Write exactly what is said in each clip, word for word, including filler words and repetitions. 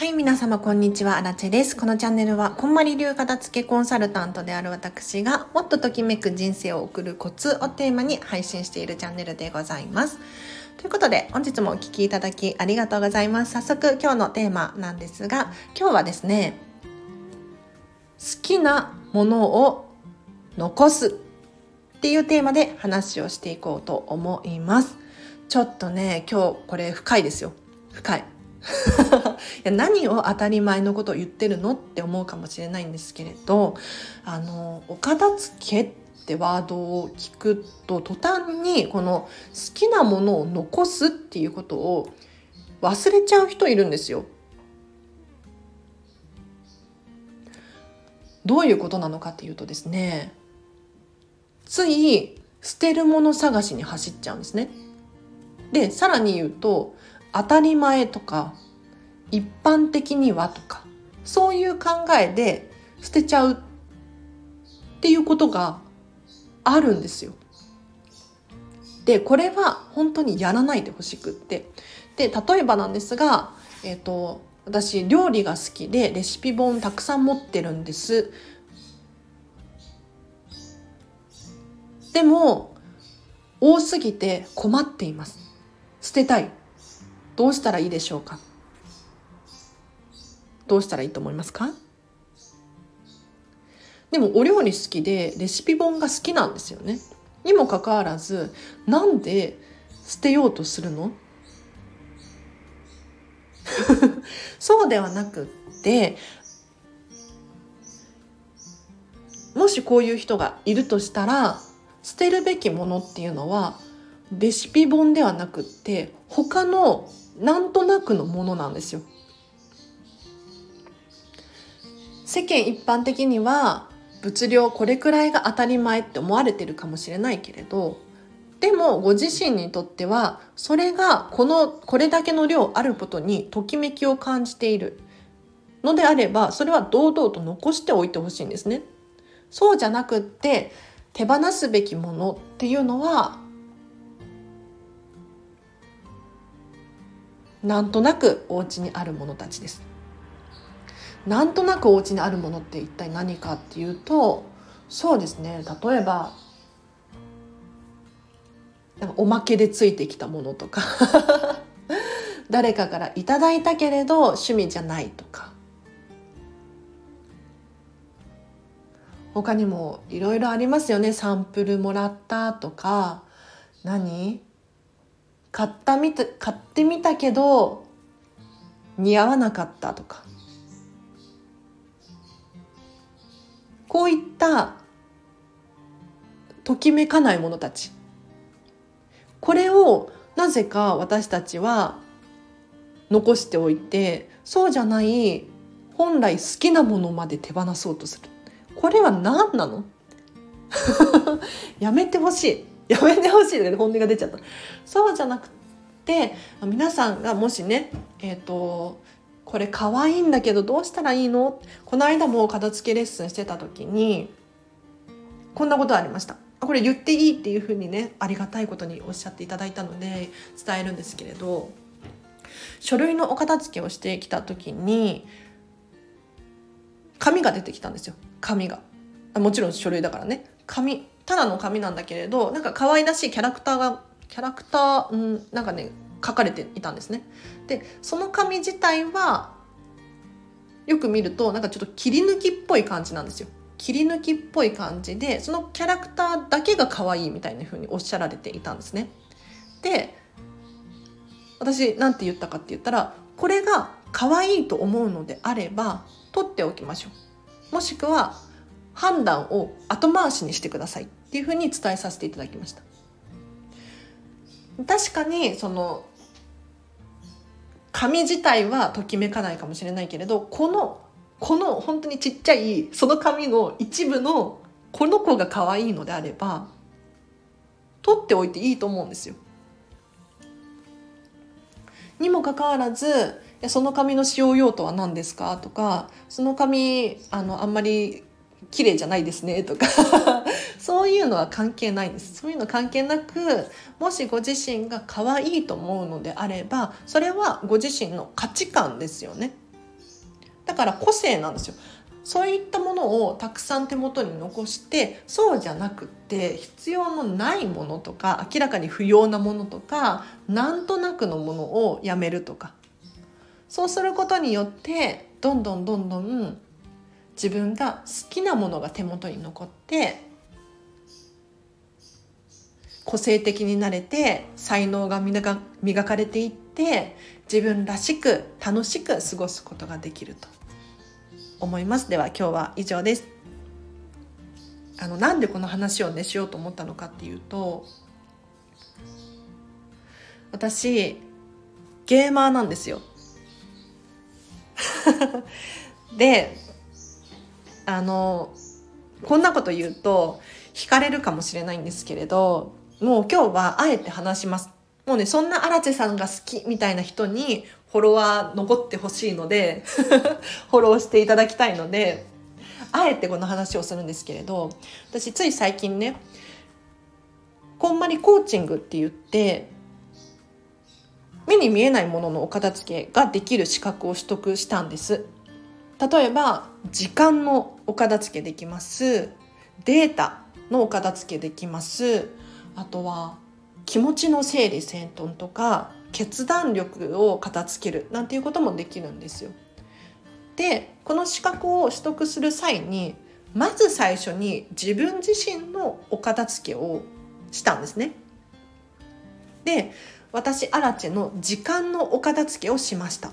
はい、皆様こんにちは、アラチェです。このチャンネルはこんまり流片付けコンサルタントである私がもっとときめく人生を送るコツをテーマに配信しているチャンネルでございます。ということで本日もお聞きいただきありがとうございます。早速今日のテーマなんですが、今日はですね、好きなものを残すっていうテーマで話をしていこうと思います。ちょっとね、今日これ深いですよ。深い。いや何を当たり前のことを言ってるのって思うかもしれないんですけれど、あのお片付けってワードを聞くと途端にこの好きなものを残すっていうことを忘れちゃう人いるんですよ。どういうことなのかっていうとですね、つい捨てるもの探しに走っちゃうんですね。で、さらに言うと当たり前とか一般的にはとか、そういう考えで捨てちゃうっていうことがあるんですよ。で、これは本当にやらないでほしくって、で例えばなんですが、えーと、私料理が好きでレシピ本たくさん持ってるんです。でも多すぎて困っています。捨てたい。どうしたらいいでしょうか。どうしたらいいと思いますか？でもお料理好きでレシピ本が好きなんですよね。にもかかわらず、なんで捨てようとするの？そうではなくって、もしこういう人がいるとしたら、捨てるべきものっていうのはレシピ本ではなくって他のなんとなくのものなんですよ。世間一般的には物量これくらいが当たり前って思われてるかもしれないけれど、でもご自身にとってはそれがこのこれだけの量あることにときめきを感じているのであれば、それは堂々と残しておいてほしいんですね。そうじゃなくって手放すべきものっていうのはなんとなくお家にあるものたちです。なんとなくお家にあるものって一体何かっていうと、そうですね、例えばなんかおまけでついてきたものとか誰かからいただいたけれど趣味じゃないとか、他にもいろいろありますよね。サンプルもらったとか、何買ったみた買ってみたけど似合わなかったとか、こういったときめかないものたち、これをなぜか私たちは残しておいて、そうじゃない本来好きなものまで手放そうとする。これは何なの？やめてほしい。やめてほしいで本音が出ちゃった。そうじゃなくて、皆さんがもしね、えっとこれ可愛いんだけどどうしたらいいの？この間も片付けレッスンしてた時にこんなことありました。これ言っていいっていうふうにね、ありがたいことにおっしゃっていただいたので伝えるんですけれど、書類のお片付けをしてきた時に紙が出てきたんですよ。紙がもちろん書類だからね、紙、ただの紙なんだけれど、なんか可愛らしいキャラクターがキャラクター、うん、なんかね書かれていたんですね。でその紙自体はよく見るとなんかちょっと切り抜きっぽい感じなんですよ。切り抜きっぽい感じで、そのキャラクターだけが可愛いみたいな風におっしゃられていたんですね。で私なんて言ったかって言ったら、これが可愛いと思うのであれば取っておきましょう、もしくは判断を後回しにしてくださいっていう風に伝えさせていただきました。確かにその紙自体はときめかないかもしれないけれど、このこの本当にちっちゃいその紙の一部のこの子が可愛いのであれば取っておいていいと思うんですよ。にもかかわらず、その紙の使用用途は何ですかとか、その紙 あのあんまり綺麗じゃないですねとかそういうのは関係ないんです。そういうの関係なく、もしご自身が可愛いと思うのであれば、それはご自身の価値観ですよね。 だから個性なんですよ。そういったものをたくさん手元に残して、そうじゃなくって必要のないものとか明らかに不要なものとかなんとなくのものをやめるとか、そうすることによってどんどんどんどん自分が好きなものが手元に残って個性的になれて才能が磨磨かれていって自分らしく楽しく過ごすことができると思います。では今日は以上です。あのなんでこの話をねしようと思ったのかっていうと、私ゲーマーなんですよであのこんなこと言うと惹かれるかもしれないんですけれど、もう今日はあえて話します。もうね、そんな荒地さんが好きみたいな人にフォロワー残ってほしいのでフォローしていただきたいので、あえてこの話をするんですけれど、私つい最近ね、こんまりコーチングって言って目に見えないもののお片付けができる資格を取得したんです。例えば時間のお片付けできます、データのお片付けできます、あとは気持ちの整理整頓とか決断力を片付けるなんていうこともできるんですよ。でこの資格を取得する際にまず最初に自分自身のお片付けをしたんですね。で私アラチェの時間のお片付けをしました。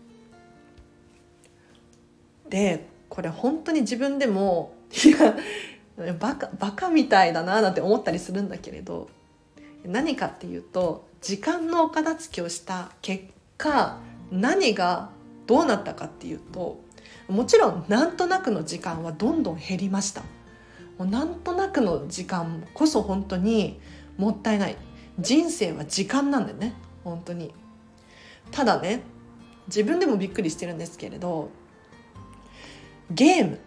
でこれ本当に自分でもいやバカバカみたいだななんて思ったりするんだけれど、何かっていうと時間のお片付けをした結果何がどうなったかっていうと、もちろんなんとなくの時間はどんどん減りました。もうなんとなくの時間こそ本当にもったいない。人生は時間なんだよね本当に。ただね、自分でもびっくりしてるんですけれど、ゲーム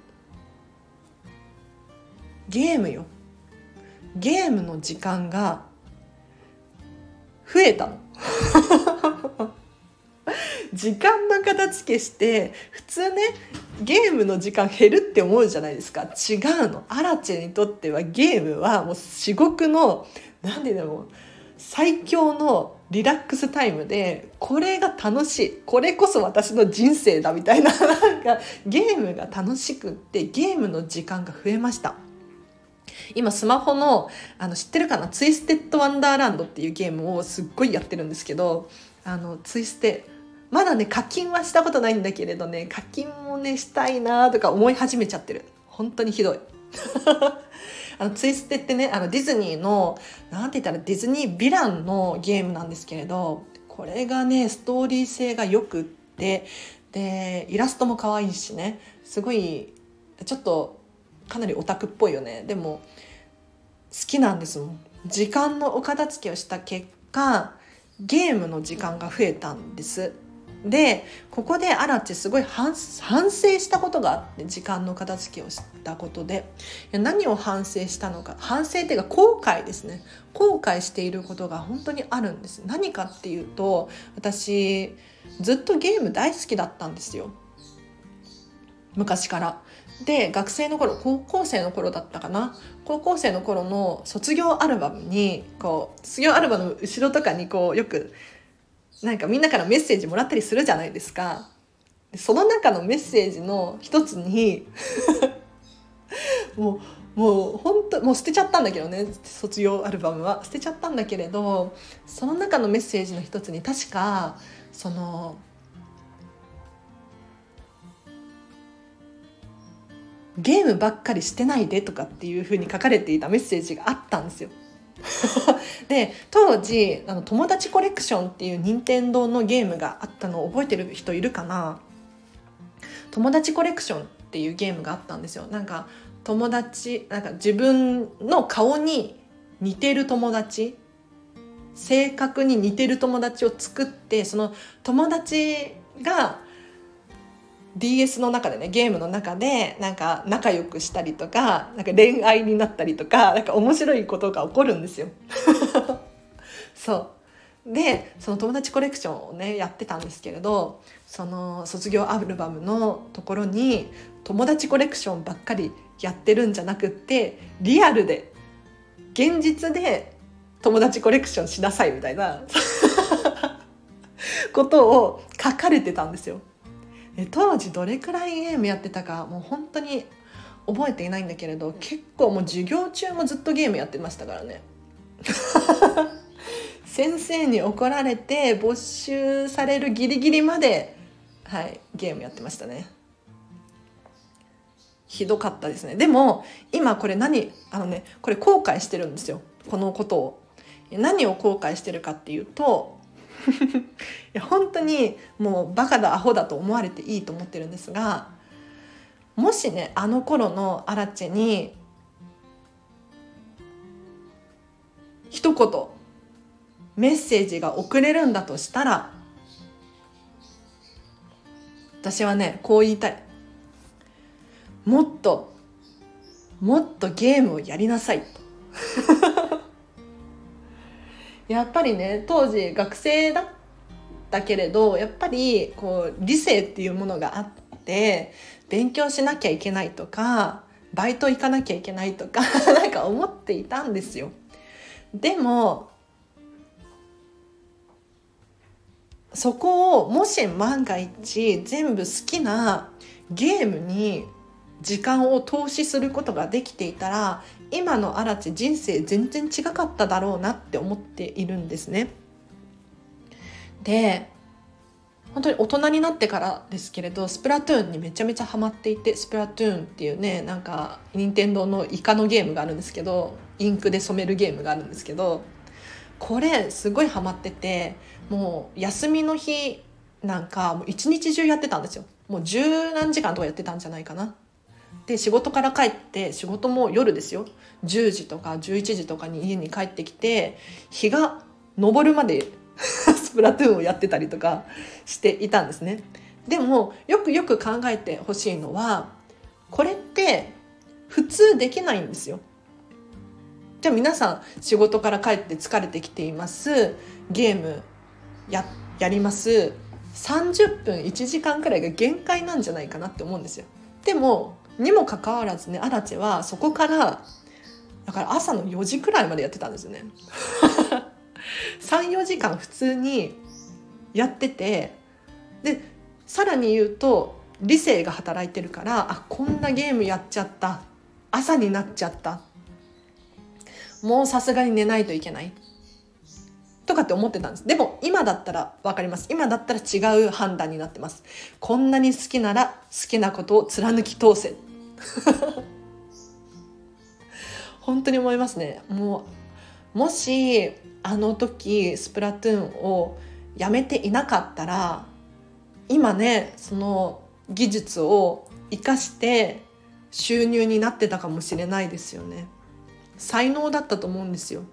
ゲームよゲームの時間が増えたの時間の片付けして普通ねゲームの時間減るって思うじゃないですか。違うの。アラチェにとってはゲームはもう至極のなんでだろう最強のリラックスタイムで、これが楽しい、これこそ私の人生だみたいな、なんかゲームが楽しくってゲームの時間が増えました。今スマホの、あの知ってるかな、ツイステッドワンダーランドっていうゲームをすっごいやってるんですけど、あのツイステまだね課金はしたことないんだけれどね、課金もねしたいなとか思い始めちゃってる。本当にひどいあのツイステってね、あのディズニーのなんて言ったらディズニーヴィランのゲームなんですけれど、これがねストーリー性がよくって、でイラストも可愛いしね、すごいちょっとかなりオタクっぽいよね。でも好きなんですもん。時間のお片付けをした結果ゲームの時間が増えたんです。でここでアラチェすごい反省したことがあって、時間の片付けをしたことで何を反省したのか、反省っていうか後悔ですね。後悔していることが本当にあるんです。何かっていうと、私ずっとゲーム大好きだったんですよ、昔から。で学生の頃、高校生の頃だったかな、高校生の頃の卒業アルバムにこう卒業アルバムの後ろとかにこうよくなんかみんなからメッセージもらったりするじゃないですか。その中のメッセージの一つにもうもう本当もう捨てちゃったんだけどね、卒業アルバムは捨てちゃったんだけれど、その中のメッセージの一つに確かそのゲームばっかりしてないでとかっていう風に書かれていたメッセージがあったんですよで当時あの友達コレクションっていう任天堂のゲームがあったのを覚えてる人いるかな。友達コレクションっていうゲームがあったんですよ。なんか友達なんか自分の顔に似てる友達、性格に似てる友達を作って、その友達がディーエス の中でね、ゲームの中でなんか仲良くしたりとか、なんか恋愛になったりとか、なんか面白いことが起こるんですよそうでその友達コレクションをねやってたんですけれど、その卒業アルバムのところに友達コレクションばっかりやってるんじゃなくって、リアルで現実で友達コレクションしなさいみたいなことを書かれてたんですよ。当時どれくらいゲームやってたかもう本当に覚えていないんだけれど、結構もう授業中もずっとゲームやってましたからね先生に怒られて没収されるギリギリまで、はい、ゲームやってましたね。ひどかったですね。でも今これ何あのねこれ後悔してるんですよ、このことを。何を後悔してるかっていうといや本当にもうバカだアホだと思われていいと思ってるんですが、もしねあの頃のアラチェに一言メッセージが送れるんだとしたら、私はねこう言いたい。もっともっとゲームをやりなさいとやっぱりね当時学生だったけれど、やっぱりこう理性っていうものがあって、勉強しなきゃいけないとかバイト行かなきゃいけないとかなんか思っていたんですよ。でもそこをもし万が一全部好きなゲームに時間を投資することができていたら、今のアラチ人生全然違かっただろうなって思っているんですね。で本当に大人になってからですけれど、スプラトゥーンにめちゃめちゃハマっていて、スプラトゥーンっていうねなんか任天堂のイカのゲームがあるんですけど、インクで染めるゲームがあるんですけど、これすごいハマってて、もう休みの日なんかもう一日中やってたんですよ。もう十何時間とかやってたんじゃないかな。で仕事から帰って、仕事も夜ですよ、じゅうじとかじゅういちじとかに家に帰ってきて、日が昇るまでスプラトゥーンをやってたりとかしていたんですね。でもよくよく考えてほしいのは、これって普通できないんですよ。じゃあ皆さん仕事から帰って疲れてきています、ゲーム や, やります、さんじゅっぷんいちじかんくらいが限界なんじゃないかなって思うんですよ。でもにもかかわらずね、アラチェはそこからだから朝のよじくらいまでやってたんですよねさん、よじかん普通にやってて、でさらに言うと理性が働いてるから、あこんなゲームやっちゃった、朝になっちゃった、もうさすがに寝ないといけないとかって思ってたんです。でも今だったら分かります。今だったら違う判断になってます。こんなに好きなら好きなことを貫き通せ本当に思いますね。もうもしあの時スプラトゥーンをやめていなかったら、今ねその技術を生かして収入になってたかもしれないですよね。才能だったと思うんですよ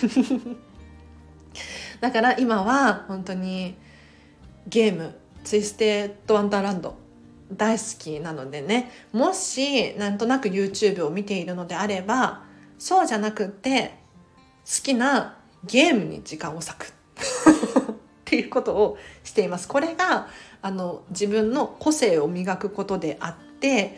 だから今は本当にゲームツイステッドワンダーランド大好きなのでね、もしなんとなく YouTube を見ているのであれば、そうじゃなくって好きなゲームに時間を割くっていうことをしています。これがあの自分の個性を磨くことであって、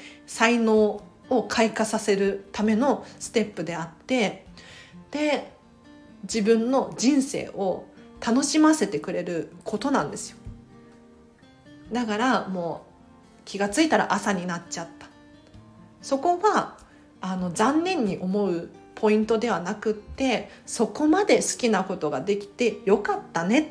才能を開花させるためのステップであって、で自分の人生を楽しませてくれることなんですよ。だからもう気がついたら朝になっちゃった。そこはあの残念に思うポイントではなくって、そこまで好きなことができてよかったねって、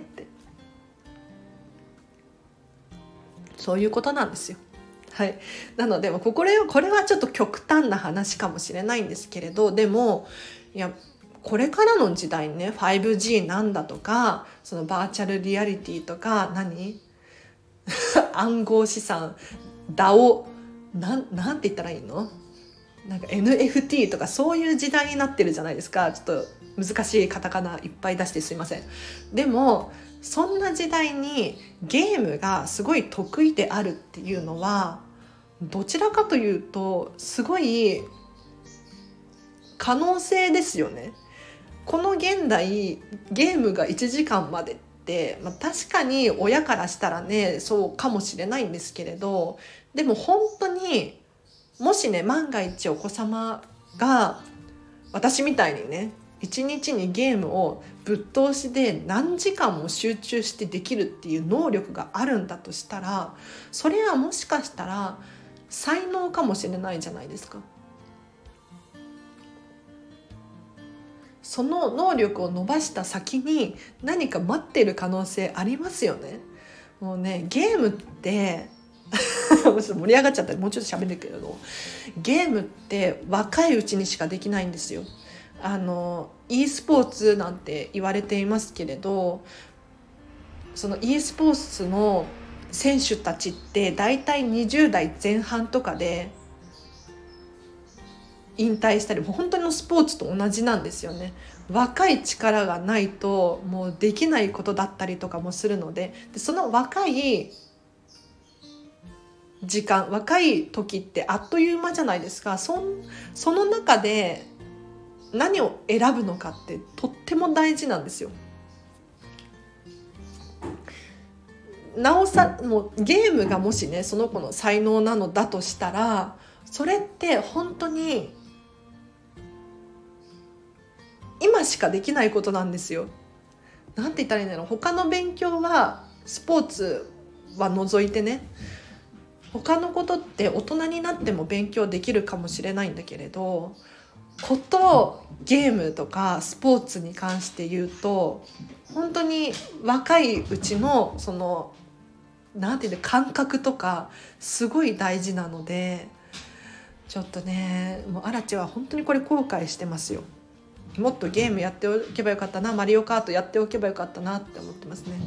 そういうことなんですよ。はい、なのでこれこれはちょっと極端な話かもしれないんですけれど、でもいやこれからの時代にね ファイブジー なんだとか、そのバーチャルリアリティとか何暗号資産 ダオ なん、なんて言ったらいいの、なんか エヌエフティー とかそういう時代になってるじゃないですか。ちょっと難しいカタカナいっぱい出してすいません。でもそんな時代にゲームがすごい得意であるっていうのは、どちらかというとすごい可能性ですよね。 この現代ゲームがいちじかんまでって、まあ、確かに親からしたらねそうかもしれないんですけれど、でも本当にもしね万が一お子様が私みたいにね一日にゲームをぶっ通しで何時間も集中してできるっていう能力があるんだとしたら、それはもしかしたら才能かもしれないじゃないですか。その能力を伸ばした先に何か待っている可能性ありますよね。もうねゲームってちょっと盛り上がっちゃったらもうちょっと喋るけれど、ゲームって若いうちにしかできないんですよ。あの e スポーツなんて言われていますけれど、その e スポーツの選手たちってだいたいにじゅう代前半とかで引退したり、もう本当にのスポーツと同じなんですよね。若い力がないともうできないことだったりとかもするので、でその若い時間若い時ってあっという間じゃないですか。 そ, その中で何を選ぶのかってとっても大事なんですよ。なおさもうゲームがもしねその子の才能なのだとしたら、それって本当に今しかできないことなんですよ。なんて言ったらいいんだろう。他の勉強はスポーツは除いてね、他のことって大人になっても勉強できるかもしれないんだけれど、ことゲームとかスポーツに関して言うと本当に若いうちのそのなんていうの感覚とかすごい大事なので、ちょっとねもうアラチは本当にこれ後悔してますよ。もっとゲームやっておけばよかったな、マリオカートやっておけばよかったなって思ってますね。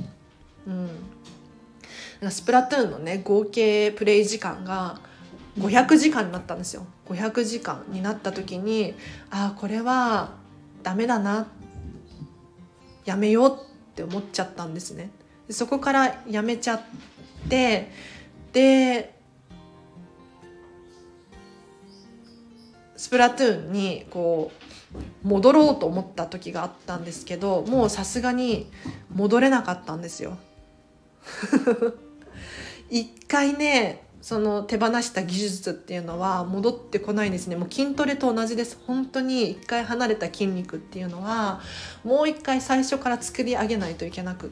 うん、スプラトゥーンのね合計プレイ時間がごひゃくじかんになったんですよ。ごひゃくじかんになった時に、ああこれはダメだな、やめようって思っちゃったんですね。でそこからやめちゃって、でスプラトゥーンにこう戻ろうと思った時があったんですけど、もうさすがに戻れなかったんですよ。一回ねその手放した技術っていうのは戻ってこないんですね。もう筋トレと同じです。本当に一回離れた筋肉っていうのはもう一回最初から作り上げないといけなくって、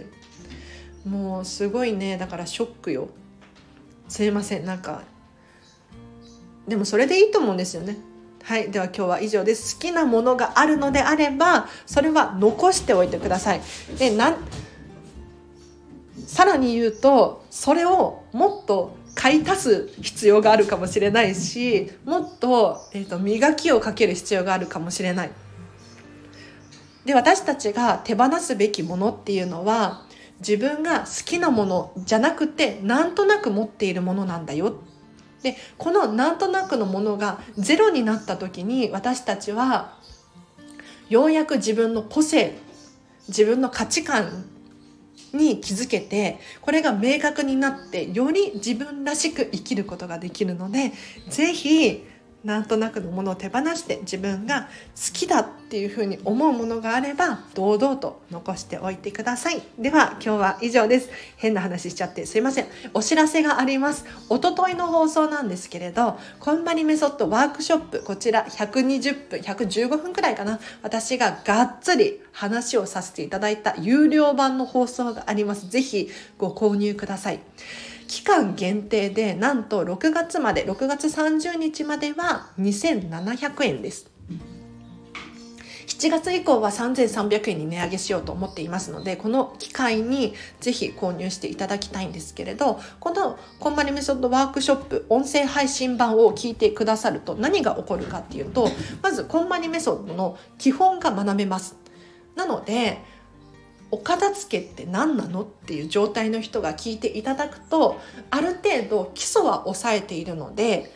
もうすごいねだからショックよ。すいません、なんかでもそれでいいと思うんですよね。はい、では今日は以上です。好きなものがあるのであればそれは残しておいてください。でなんさらに言うとそれをもっと買い足す必要があるかもしれないし、もっと、えーと、磨きをかける必要があるかもしれない。で私たちが手放すべきものっていうのは自分が好きなものじゃなくてなんとなく持っているものなんだよ。でこのなんとなくのものがゼロになった時に私たちはようやく自分の個性、自分の価値観に気づけて、これが明確になってより自分らしく生きることができるので、ぜひなんとなくのものを手放して自分が好きだっていうふうに思うものがあれば堂々と残しておいてください。では今日は以上です。変な話しちゃってすいません。お知らせがあります。一昨日の放送なんですけれど、こんまりメソッドワークショップ、こちらひゃくにじゅっぷんひゃくじゅうごふんくらいかな、私ががっつり話をさせていただいた有料版の放送があります。ぜひご購入ください。期間限定でなんとろくがつまで、ろくがつさんじゅうにちまではにせんななひゃくえんです。しちがつ以降はさんぜんさんびゃくえんに値上げしようと思っていますので、この機会にぜひ購入していただきたいんですけれど、このこんまりメソッドワークショップ音声配信版を聞いてくださると何が起こるかっていうと、まずこんまりメソッドの基本が学べます。なのでお片付けって何なのっていう状態の人が聞いていただくと、ある程度基礎は抑えているので、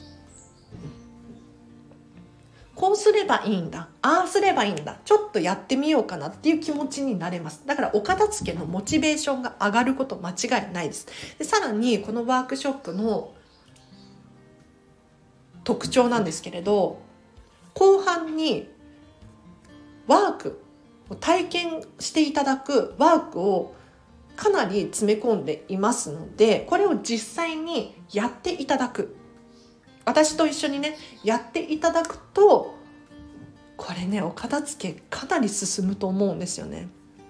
こうすればいいんだ、ああすればいいんだ、ちょっとやってみようかなっていう気持ちになれます。だからお片付けのモチベーションが上がること間違いないです。でさらにこのワークショップの特徴なんですけれど、後半にワーク体験していただくワークをかなり詰め込んでいますので、これを実際にやっていただく、私と一緒にねやっていただくと、これねお片付けかなり進むと思うんですよね。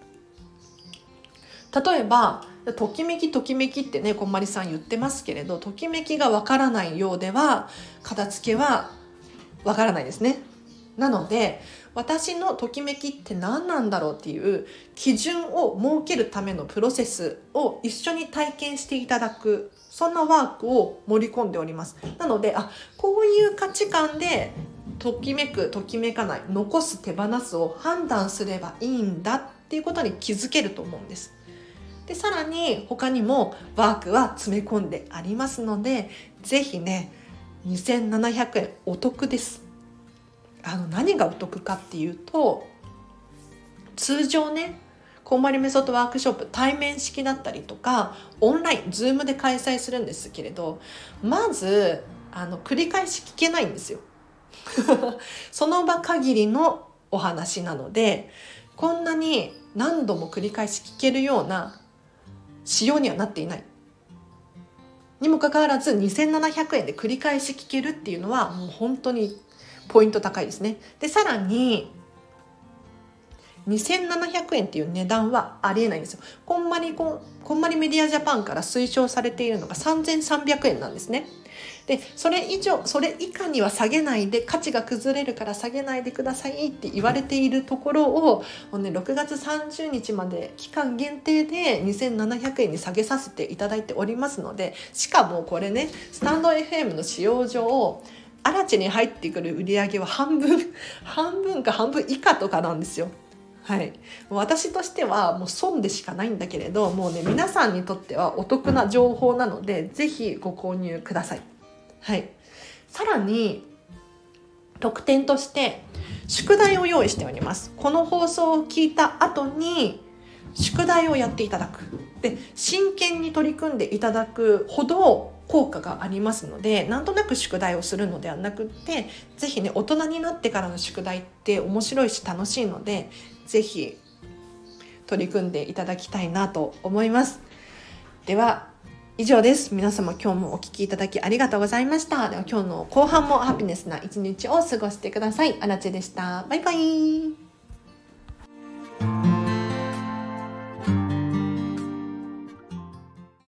例えばときめきときめきってねこんまりさん言ってますけれど、ときめきがわからないようでは片付けはわからないですね。なので私のときめきって何なんだろうっていう基準を設けるためのプロセスを一緒に体験していただく、そんなワークを盛り込んでおります。なので、あ、こういう価値観でときめくときめかない、残す手放すを判断すればいいんだっていうことに気づけると思うんです。でさらに他にもワークは詰め込んでありますので、ぜひねにせんななひゃくえんお得です。あの何がお得かっていうと、通常ねこんまりメソッドワークショップ対面式だったりとかオンラインズームで開催するんですけれど、まずあの繰り返し聞けないんですよその場限りのお話なので、こんなに何度も繰り返し聞けるような仕様にはなっていないにもかかわらず、にせんななひゃくえんで繰り返し聞けるっていうのはもう本当にポイント高いですね。でさらににせんななひゃくえんっていう値段はありえないんですよ。こんまりこん、こんまりメディアジャパンから推奨されているのがさんぜんさんびゃくえんなんですね。でそれ以上それ以下には下げないで、価値が崩れるから下げないでくださいって言われているところをもう、ね、ろくがつさんじゅうにちまで期間限定でにせんななひゃくえんに下げさせていただいておりますので、しかもこれねスタンド エフエム の使用上アラチェに入ってくる売り上げは半分半分か半分以下とかなんですよ。はい、私としてはもう損でしかないんだけれど、もうね皆さんにとってはお得な情報なのでぜひご購入ください。はい、さらに特典として宿題を用意しております。この放送を聞いた後に宿題をやっていただく。で真剣に取り組んでいただくほど効果がありますので、なんとなく宿題をするのではなくって、ぜひね大人になってからの宿題って面白いし楽しいので、ぜひ取り組んでいただきたいなと思います。では以上です。皆様今日もお聞きいただきありがとうございました。では今日の後半もハピネスな一日を過ごしてください。あらちでした。バイバイ。